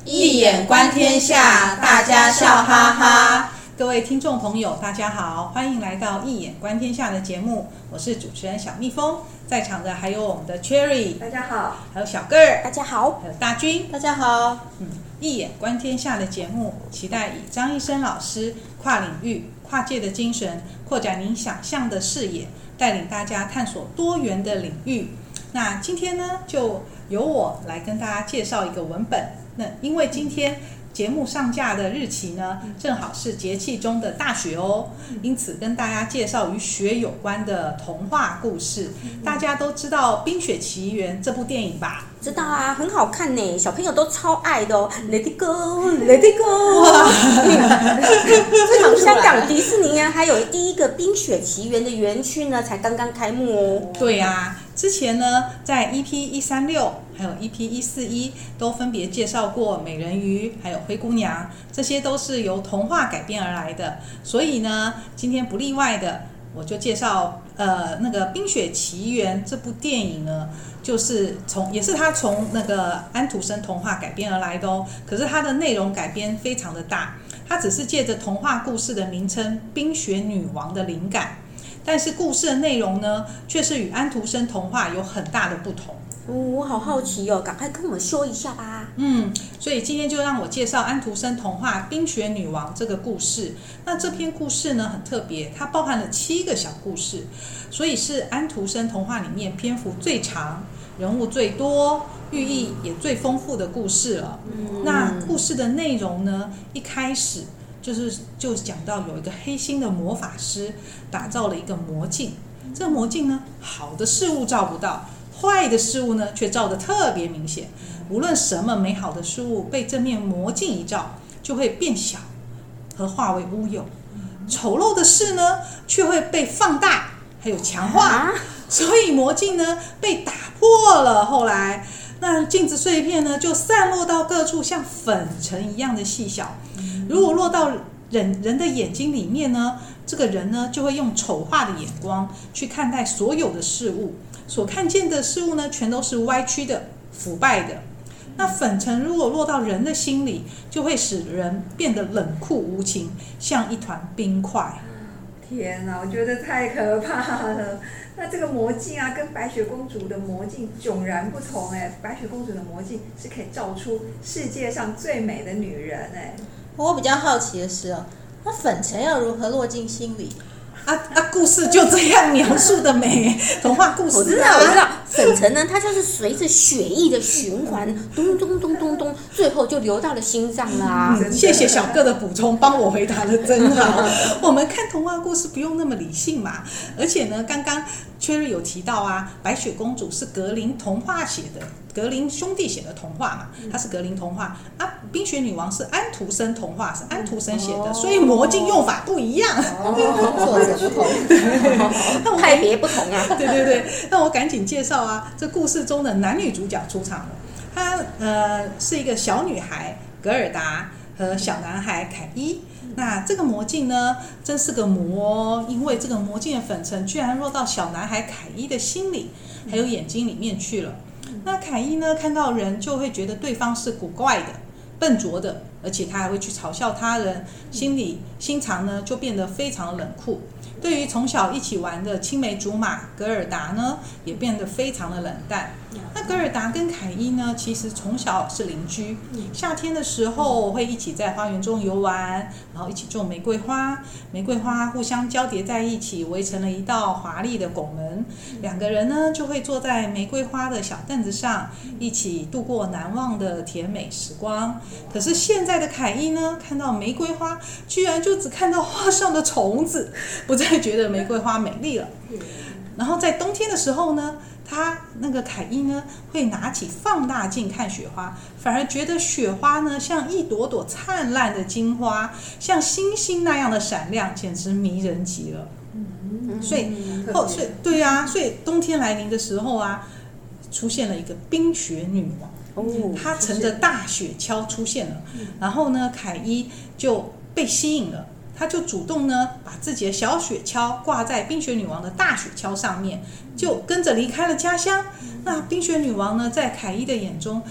一眼观天下，大家笑哈哈。 各位听众朋友，大家好，欢迎来到一眼观天下的节目，我是主持人小蜜蜂，在场的还有我们的 Cherry， 大家好， 还有小个儿， 大家好， 还有大军， 大家好。 一眼观天下的节目，期待以张医生老师跨领域、跨界的精神，扩展您想象的视野，带领大家探索多元的领域。那今天呢，就由我来跟大家介绍一个文本。那因为今天节目上架的日期呢，正好是节气中的大雪哦，因此跟大家介绍与雪有关的童话故事。大家都知道《冰雪奇缘》这部电影吧？ 知道啊，很好看呢，小朋友都超爱的哦。Let it go, Let it go。香港迪士尼啊，还有第一个《冰雪奇缘》的园区呢，才刚刚开幕哦。 对啊，之前呢，在 EP136还有 EP141都分别介绍过美人鱼，还有灰姑娘，这些都是由童话改编而来的。所以呢，今天不例外的，我就介绍那个《冰雪奇缘》这部电影呢，也是他从那个安徒生童话改编而来的哦。可是它的内容改编非常的大，它只是借着童话故事的名称《冰雪女王》的灵感，但是故事的内容呢，却是与安徒生童话有很大的不同。 我好好奇哦，赶快跟我们说一下吧。 所以今天就让我介绍安徒生童话《冰雪女王》这个故事。那这篇故事呢很特别，它包含了7个小故事，所以是安徒生童话里面篇幅最长、人物最多、寓意也最丰富的故事了。那故事的内容呢，一开始就讲到有一个黑心的魔法师打造了一个魔镜，这个魔镜呢，好的事物照不到，坏的事物呢却照得特别明显。无论什么美好的事物被这面魔镜一照，就会变小和化为乌有；丑陋的事呢，却会被放大还有强化。所以魔镜呢被打破了，后来那镜子碎片呢就散落到各处，像粉尘一样的细小。如果落到人的眼睛里面呢，这个人呢就会用丑化的眼光去看待所有的事物，所看见的事物呢全都是歪曲的、腐败的。那粉尘如果落到人的心里，就会使人变得冷酷无情，像一团冰块。 天哪，我觉得太可怕了。那这个魔镜啊，跟白雪公主的魔镜迥然不同哎。白雪公主的魔镜是可以照出世界上最美的女人哎。 我比较好奇的是哦，那粉尘要如何落进心里？ 故事就这样描述的美，童话故事。 我知道，粉尘呢，它就是随着血液的循环，咚咚咚咚咚，最后就流到了心脏啦。 谢谢小个的补充，帮我回答的真好。我们看童话故事不用那么理性嘛，而且呢，刚刚Cherry有提到啊，白雪公主是格林童话写的，格林兄弟写的童话嘛，它是格林童话啊。冰雪女王是安徒生童话，是安徒生写的，所以魔镜用法不一样， 作者不同， 派别不同啊。 对，那我赶紧介绍啊，这故事中的男女主角出场了。他是一个小女孩格尔达和小男孩凯伊。那这个魔镜呢，真是个魔哦，因为这个魔镜的粉尘居然落到小男孩凯伊的心里，还有眼睛里面去了。那凯伊呢，看到人就会觉得对方是古怪的、笨拙的，而且他还会去嘲笑他人，心肠呢就变得非常冷酷。对于从小一起玩的青梅竹马格尔达呢，也变得非常的冷淡。那格尔达跟凯伊呢，其实从小是邻居，夏天的时候会一起在花园中游玩，然后一起种玫瑰花，玫瑰花互相交叠在一起，围成了一道华丽的拱门。两个人呢就会坐在玫瑰花的小凳子上，一起度过难忘的甜美时光。可是现在的凯伊呢，看到玫瑰花，居然就只看到花上的虫子，不再觉得玫瑰花美丽了。然后在冬天的时候呢，他那个凯伊呢会拿起放大镜看雪花，反而觉得雪花呢像一朵朵灿烂的金花，像星星那样的闪亮，简直迷人极了。所以对啊，所以冬天来临的时候啊，出现了一个冰雪女王，她乘着大雪橇出现了，然后呢，凯伊就被吸引了。他就主动呢把自己的小雪橇挂在冰雪女王的大雪橇上面，就跟着离开了家乡。那冰雪女王呢，在凯伊的眼中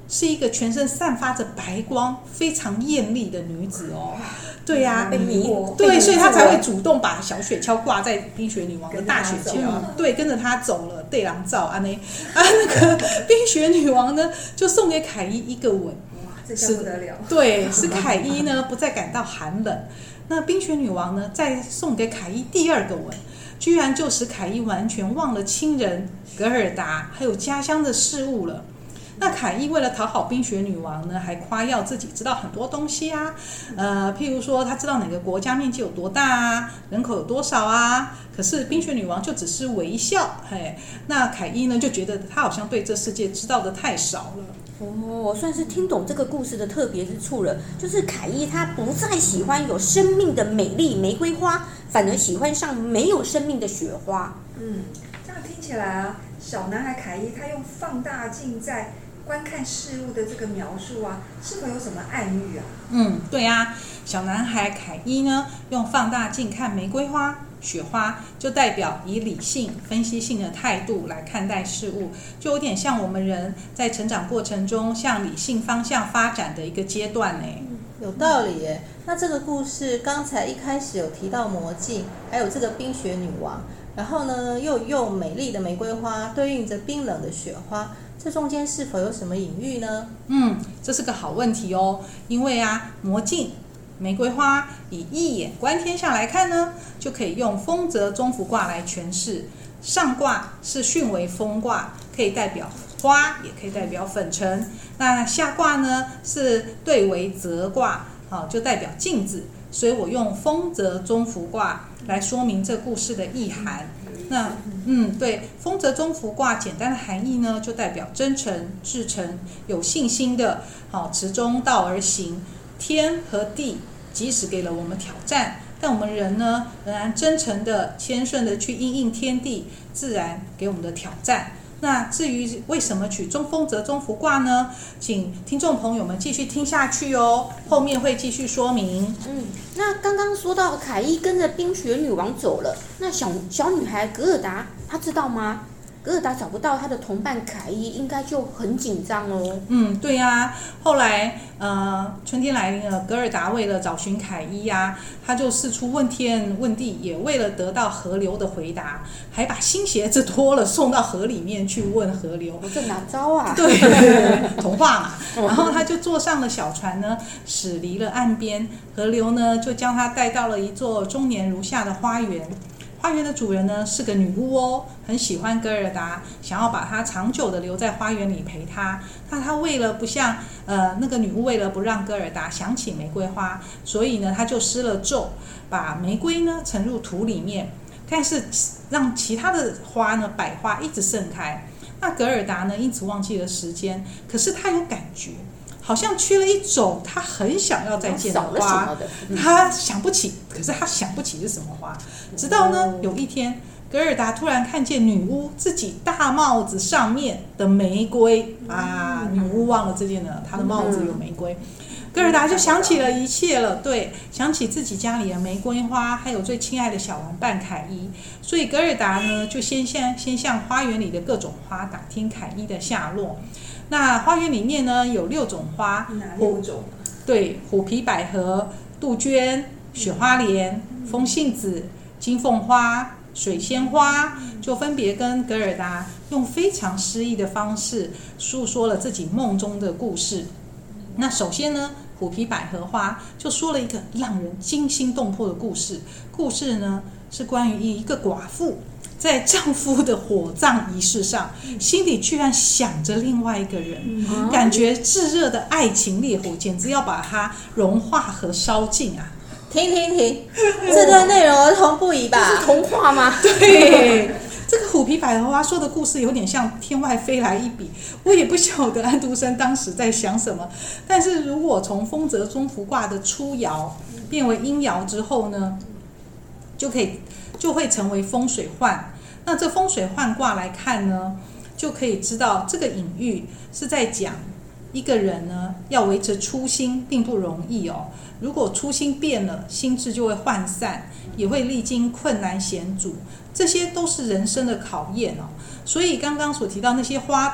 是一个全身散发着白光、非常艳丽的女子哦。对呀、 被迷惑， 对，所以他才会主动把小雪橇挂在冰雪女王的大雪橇，对，跟着她走了。对狼照啊那个冰雪女王呢，就送给凯伊一个吻。 哇，这下不得了。 对，使凯伊呢不再感到寒冷。那冰雪女王呢，再送给凯伊第二个吻，居然就使凯伊完全忘了亲人格尔达还有家乡的事物了。那凯伊为了讨好冰雪女王呢，还夸耀自己知道很多东西啊，譬如说他知道哪个国家面积有多大啊，人口有多少啊。可是冰雪女王就只是微笑，那凯伊呢就觉得他好像对这世界知道的太少了。 哦，算是听懂这个故事的特别之处了。就是凯伊他不再喜欢有生命的美丽玫瑰花，反而喜欢上没有生命的雪花。 这样听起来啊，小男孩凯伊他用放大镜在观看事物的这个描述啊，是否有什么暗喻啊？ 对啊，小男孩凯伊呢，用放大镜看玫瑰花、雪花，就代表以理性、分析性的态度来看待事物，就有点像我们人在成长过程中向理性方向发展的一个阶段呢。 有道理耶。那这个故事刚才一开始有提到魔镜，还有这个冰雪女王，然后呢又用美丽的玫瑰花对应着冰冷的雪花，这中间是否有什么隐喻呢？ 这是个好问题哦。因为啊，魔镜、玫瑰花以一眼观天下来看呢，就可以用风泽中孚卦来诠释。上卦是巽为风卦，可以代表花，也可以代表粉尘。那下卦呢是兑为泽卦，就代表镜子。所以我用风泽中孚卦来说明这故事的意涵。那对，风泽中孚卦简单的含义呢，就代表真诚、至诚、有信心的，持中道而行。天和地即使给了我们挑战，但我们人呢，仍然真诚的、谦顺的去因应天地自然给我们的挑战。那至于为什么取风泽中孚卦呢？请听众朋友们继续听下去哦，后面会继续说明。 那刚刚说到凯伊跟着冰雪女王走了，那小女孩格尔达她知道吗？格尔达找不到她的同伴凯伊，应该就很紧张哦。 对啊，后来春天来临了，格尔达为了找寻凯伊啊，他就四处问天问地，也为了得到河流的回答，还把新鞋子脱了送到河里面去问河流。 这哪招啊？ 对，童话嘛。然后他就坐上了小船呢，驶离了岸边，河流呢就将他带到了一座终年如夏的花园。花园的主人呢是个女巫哦，很喜欢格尔达，想要把她长久的留在花园里陪她。那她为了不像那个女巫为了不让格尔达想起玫瑰花，所以呢她就施了咒，把玫瑰呢沉入土里面，但是让其他的花呢百花一直盛开。那格尔达呢因此忘记了时间，可是她有感觉。好像缺了一种他很想要再见的花，他想不起，可是他想不起是什么花。直到呢有一天，格尔达突然看见女巫自己大帽子上面的玫瑰啊，女巫忘了这件呢，她的帽子有玫瑰。格尔达就想起了一切了，对，想起自己家里的玫瑰花，还有最亲爱的小玩伴凯伊。所以格尔达呢就先向花园里的各种花打听凯伊的下落。那花园里面呢有6种花， 哪6种？ 对，虎皮百合、杜鹃、雪花莲、风信子、金凤花、水仙花，就分别跟格尔达用非常诗意的方式诉说了自己梦中的故事。那首先呢，虎皮百合花就说了一个让人惊心动魄的故事。故事呢是关于一个寡妇在丈夫的火葬仪式上，心里居然想着另外一个人，感觉炙热的爱情烈火简直要把它融化和烧尽啊！ 停，这段内容儿童不宜吧？ 这是童话吗？ 对，这个虎皮百合花说的故事有点像天外飞来一笔，我也不晓得安徒生当时在想什么。但是如果从风泽中孚卦的初爻变为阴爻之后呢，就会成为风水涣。那这风水涣卦来看呢，就可以知道这个隐喻是在讲一个人呢要维持初心并不容易哦。如果初心变了，心智就会涣散，也会历经困难险阻，这些都是人生的考验哦。所以刚刚所提到那些花朵，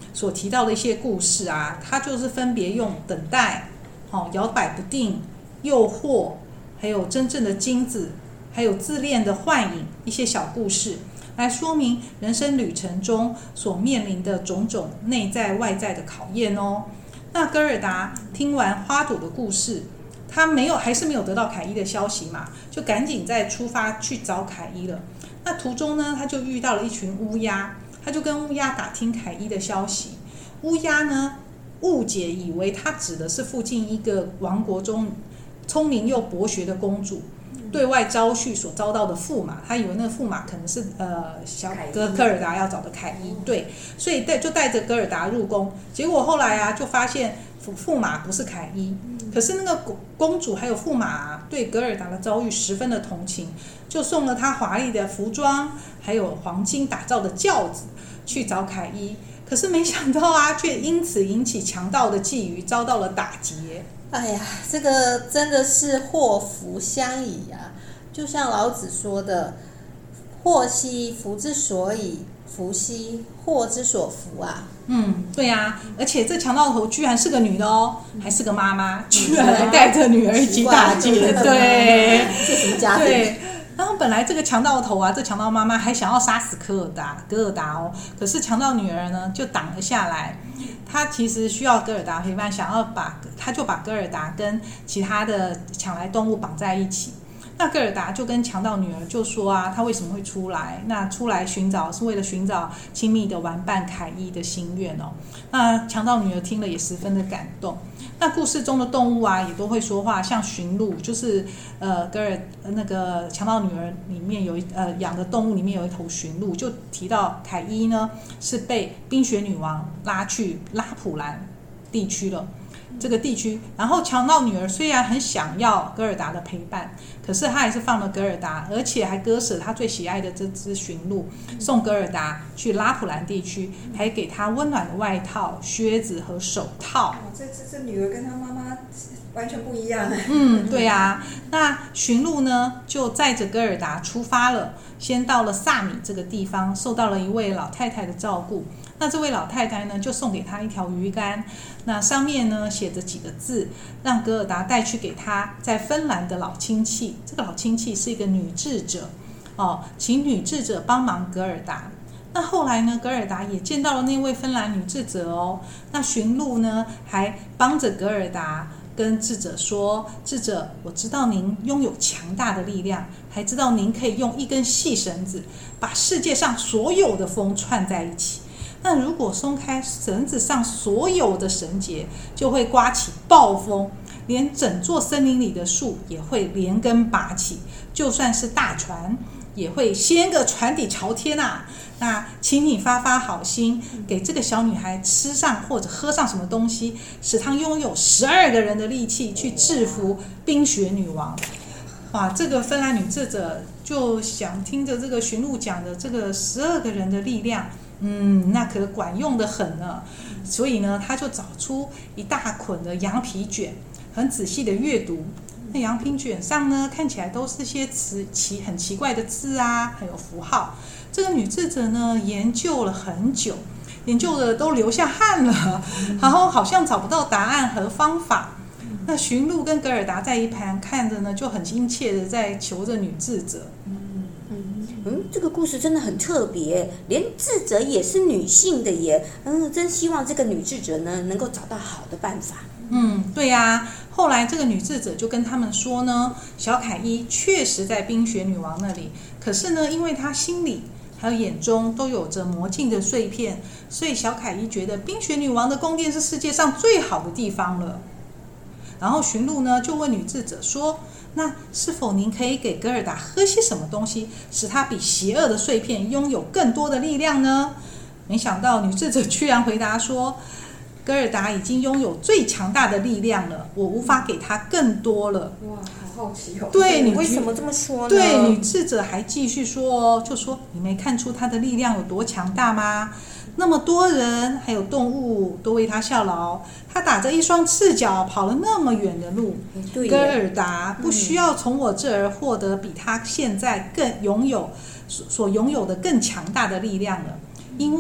所提到的一些故事啊，它就是分别用等待、摇摆不定、诱惑，还有真正的金子，还有自恋的幻影一些小故事，来说明人生旅程中所面临的种种内在外在的考验哦。那戈尔达听完花朵的故事，他还是没有得到凯伊的消息嘛，就赶紧再出发去找凯伊了。那途中呢，他就遇到了一群乌鸦，他就跟乌鸦打听凯伊的消息。乌鸦呢误解以为他指的是附近一个王国中聪明又博学的公主对外招婿所遭到的驸马，他以为那个驸马可能是小戈尔达要找的凯伊，对，所以就带着戈尔达入宫。结果后来啊，就发现驸马不是凯伊，可是那个公主还有驸马啊，对戈尔达的遭遇十分的同情，就送了他华丽的服装，还有黄金打造的轿子去找凯伊。可是没想到啊，却因此引起强盗的觊觎，遭到了打劫。 哎呀，这个真的是祸福相倚啊！就像老子说的：“祸兮福之所倚，福兮祸之所伏啊。” 对啊，而且这强盗头居然是个女的哦，还是个妈妈，居然还带着女儿一起打劫，对， 这什么家庭？ 对。然后本来这个强盗头啊，这强盗妈妈还想要杀死戈尔达哦，可是强盗女儿呢就挡了下来。她其实需要戈尔达陪伴，他就把戈尔达跟其他的抢来动物绑在一起。那戈尔达就跟强盗女儿就说啊，他为什么会出来？那出来寻找是为了寻找亲密的玩伴凯伊的心愿哦。那强盗女儿听了也十分的感动。那故事中的动物啊也都会说话，像驯鹿，就是那个强盗女儿里面养的动物里面有一头驯鹿，就提到凯伊呢是被冰雪女王拉去拉普兰地区了。这个地区，然后强盗女儿虽然很想要戈尔达的陪伴，可是她还是放了戈尔达，而且还割舍她最喜爱的这只驯鹿，送戈尔达去拉普兰地区，还给她温暖的外套、靴子和手套。 这女儿跟她妈妈完全不一样。 对啊。那驯鹿呢，就载着戈尔达出发了，先到了萨米这个地方，受到了一位老太太的照顾。那这位老太太呢，就送给他一条鱼竿，那上面呢写着几个字，让戈尔达带去给他在芬兰的老亲戚。这个老亲戚是一个女智者请女智者帮忙戈尔达。那后来呢，戈尔达也见到了那位芬兰女智者哦。那驯鹿呢，还帮着戈尔达跟智者说：“智者，我知道您拥有强大的力量，还知道您可以用一根细绳子把世界上所有的风串在一起。那如果松开绳子上所有的绳结，就会刮起暴风，连整座森林里的树也会连根拔起，就算是大船也会掀个船底朝天啊！那请你发好心，给这个小女孩吃上或者喝上什么东西，使她拥有12个人的力气去制服冰雪女王。”哇，这个芬兰女智者就想听着这个驯鹿讲的这个12个人的力量，那可管用的很呢。所以呢，他就找出一大捆的羊皮卷，很仔细的阅读。那羊皮卷上呢，看起来都是些很奇怪的字啊，还有符号。这个女智者呢，研究了很久，研究的都流下汗了，然后好像找不到答案和方法。那驯鹿跟戈尔达在一旁看着呢，就很亲切的在求着女智者。 这个故事真的很特别，连智者也是女性的耶。真希望这个女智者呢能够找到好的办法。 对啊。后来这个女智者就跟他们说呢，小凯伊确实在冰雪女王那里，可是呢，因为她心里还有眼中都有着魔镜的碎片，所以小凯伊觉得冰雪女王的宫殿是世界上最好的地方了。然后驯鹿呢就问女智者说：“那是否您可以给戈尔达喝些什么东西，使她比邪恶的碎片拥有更多的力量呢？”没想到女智者居然回答说：“戈尔达已经拥有最强大的力量了，我无法给她更多了。” 哇，好好奇哦。 对，为什么这么说呢？ 对，女智者还继续说，就说：“你没看出她的力量有多强大吗？那么多人还有动物都为他效劳，他打着一双赤脚跑了那么远的路。戈尔达不需要从我这儿获得比他现在所拥有的更强大的力量了，因为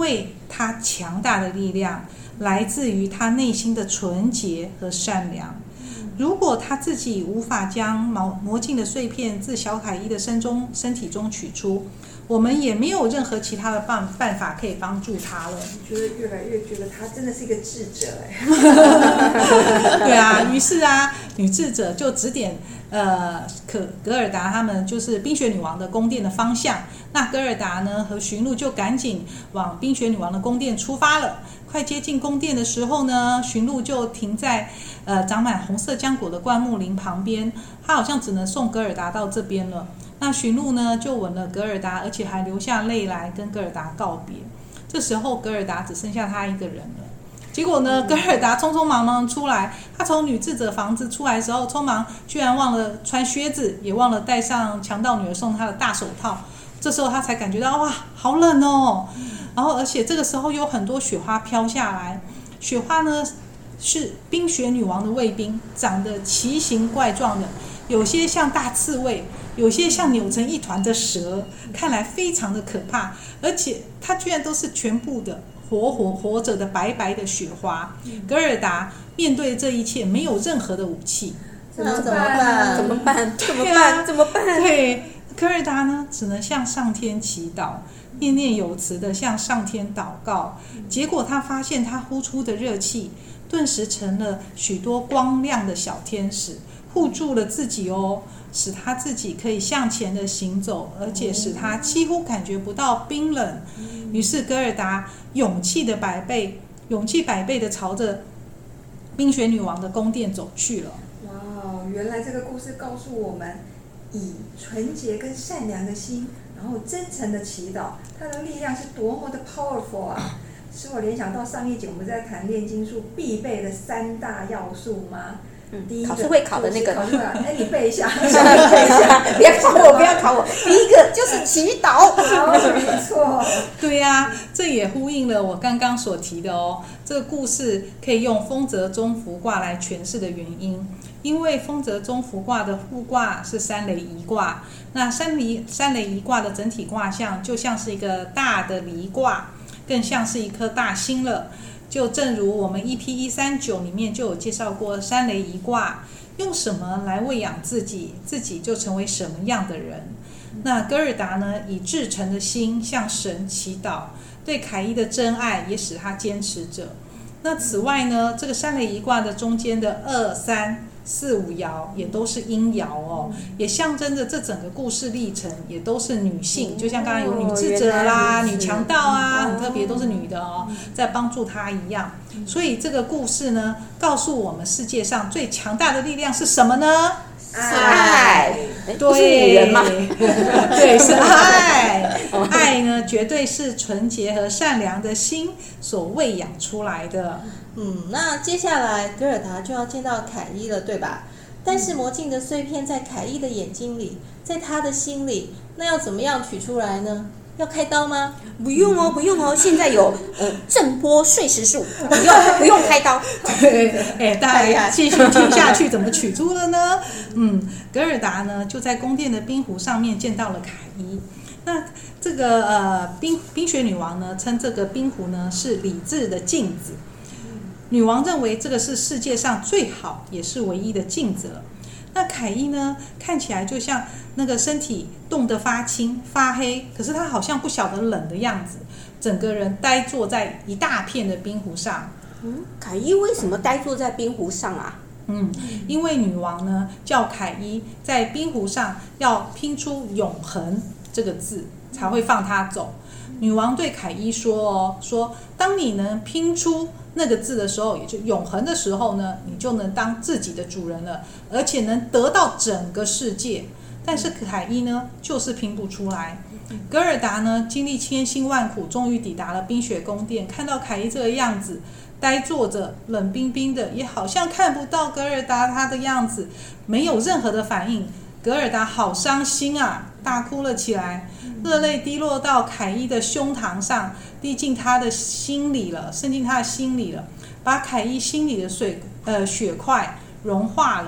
他强大的力量来自于他内心的纯洁和善良。如果他自己无法将魔镜的碎片自小凯伊的身体中取出，我们也没有任何其他的办法可以帮助他了。 我觉得越来越觉得他真的是一个智者对啊，于是啊，女智者就指点格尔达他们就是冰雪女王的宫殿的方向。那格尔达呢和驯鹿就赶紧往冰雪女王的宫殿出发了。快接近宫殿的时候呢，驯鹿就停在长满红色浆果的灌木林旁边，他好像只能送格尔达到这边了。那驯鹿呢就吻了格尔达，而且还流下泪来跟格尔达告别。这时候格尔达只剩下他一个人了。结果呢，格尔达匆匆忙忙出来，他从女智者房子出来的时候，匆忙居然忘了穿靴子，也忘了戴上强盗女儿送他的大手套。这时候他才感觉到哇，好冷哦。然后而且这个时候有很多雪花飘下来，雪花呢是冰雪女王的卫兵，长得奇形怪状的，有些像大刺猬，有些像扭成一团的蛇，看来非常的可怕。而且它居然都是全部的活着的白白的雪花。格尔达面对这一切没有任何的武器， 怎么办？ 对，格尔达呢只能向上天祈祷，念念有词的向上天祷告。结果他发现他呼出的热气顿时成了许多光亮的小天使，护住了自己哦，使他自己可以向前的行走，而且使他几乎感觉不到冰冷。于是格尔达勇气百倍的朝着冰雪女王的宫殿走去了。 哇，原来这个故事告诉我们，以纯洁跟善良的心，然后真诚的祈祷，它的力量是多么的 powerful 啊！使我联想到上一集我们在谈炼金术必备的3大要素吗？第一个考试会考的那个， 你背一下， 不要考我。第一个就是祈祷， 没错， 对呀，这也呼应了我刚刚所提的哦。这个故事可以用丰泽中孚卦来诠释的原因，因为丰泽中孚卦的复卦是三雷颐卦，那三雷颐卦的整体卦象就像是一个大的离卦，更像是一颗大星了。就正如我们 EP139 里面就有介绍过三雷颐卦，用什么来喂养自己，自己就成为什么样的人。那格尔达呢，以至诚的心向神祈祷，对凯伊的真爱也使他坚持着。那此外呢，这个三雷颐卦的中间的2、3、4、5爻也都是阴爻哦，也象征着这整个故事历程也都是女性，就像刚刚有女智者啦、女强盗啊，很特别都是女的哦，在帮助她一样。所以这个故事呢，告诉我们世界上最强大的力量是什么呢？ 爱， 对， 是女人吗？ 对，是爱。爱呢，绝对是纯洁和善良的心所喂养出来的。 那接下来格尔达就要见到凯伊了，对吧？但是魔镜的碎片在凯伊的眼睛里，在他的心里，那要怎么样取出来呢？要开刀吗？ 不用哦，现在有震波碎石术，不用开刀。 对，大家继续听下去，怎么取出了呢？格尔达呢就在宫殿的冰湖上面见到了凯伊。那这个冰雪女王呢称这个冰湖呢是理智的镜子。女王认为这个是世界上最好也是唯一的镜子了。那凯伊呢看起来就像那个身体冻得发青发黑，可是他好像不晓得冷的样子，整个人呆坐在一大片的冰湖上。 凯伊为什么呆坐在冰湖上啊？ 因为女王呢叫凯伊在冰湖上要拼出永恒这个字才会放他走。女王对凯伊说当你能拼出那个字的时候，也就永恒的时候呢，你就能当自己的主人了，而且能得到整个世界。但是凯伊呢就是拼不出来。格尔达呢经历千辛万苦，终于抵达了冰雪宫殿，看到凯伊这个样子呆坐着冷冰冰的，也好像看不到格尔达他的样子，没有任何的反应。格尔达好伤心啊，大哭了起来，热泪滴落到凯伊的胸膛上，滴进他的心里了，渗进他的心里了，把凯伊心里的雪块融化了。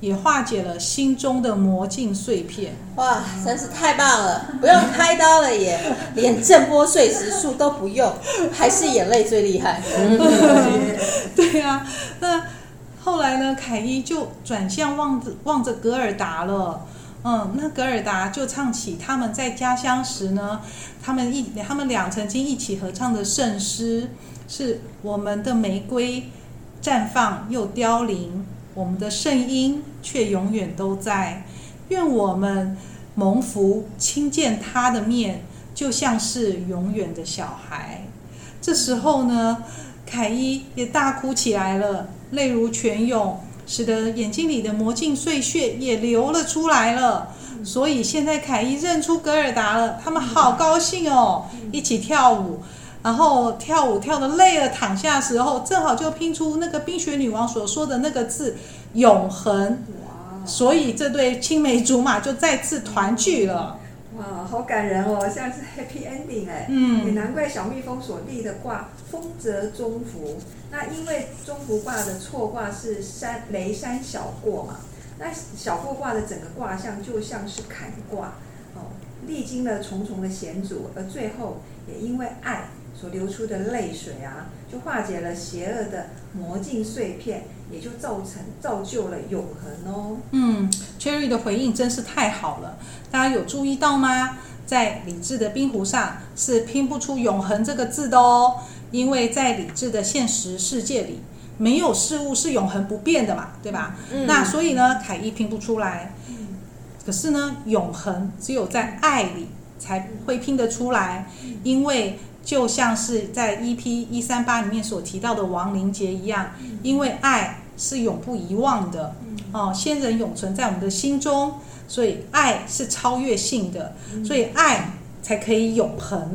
也化解了心中的魔镜碎片。 哇，真是太棒了！不用开刀了耶，连震波碎石术都不用，还是眼泪最厉害。 对啊，那后来呢，凯伊就转向望着格尔达了。那格尔达就唱起他们在家乡时呢，他们俩曾经一起合唱的圣诗，是我们的玫瑰绽放又凋零，我们的圣婴却永远都在。愿我们蒙福亲见他的面，就像是永远的小孩。这时候呢，凯伊也大哭起来了，泪如泉涌，使得眼睛里的魔镜碎屑也流了出来了。所以现在凯伊认出格尔达了，他们好高兴哦，一起跳舞。然后跳舞跳得累了，躺下的时候，正好就拼出那个冰雪女王所说的那个字“永恒”。所以这对青梅竹马就再次团聚了。 哇，好感人哦，像是 happy ending 哎。也难怪小蜜蜂所立的卦丰泽中孚。那因为中孚卦的错卦是雷山小过嘛，那小过卦的整个卦象就像是坎卦历经了重重的险阻，而最后也因为爱所流出的泪水啊，就化解了邪恶的魔镜碎片，也就造就了永恒哦。 Cherry 的回应真是太好了，大家有注意到吗？在理智的冰壶上是拼不出永恒这个字的哦，因为在理智的现实世界里，没有事物是永恒不变的嘛，对吧？那所以呢，凯伊拼不出来。可是呢，永恒只有在爱里才会拼得出来，因为就像是在 EP138里面所提到的亡灵节一样，因为爱是永不遗忘的先人永存在我们的心中，所以爱是超越性的，所以爱才可以永恒。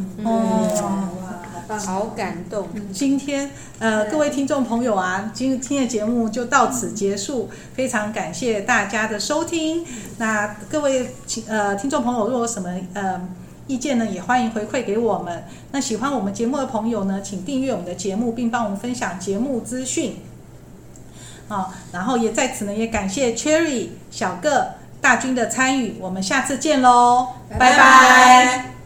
好感动。 今天各位听众朋友啊，今天的节目就到此结束，非常感谢大家的收听。那各位听众朋友，如果有什么意见呢，也欢迎回馈给我们。那喜欢我们节目的朋友呢，请订阅我们的节目，并帮我们分享节目资讯。然后也在此呢，也感谢 Cherry、小个、大军的参与，我们下次见喽，拜拜。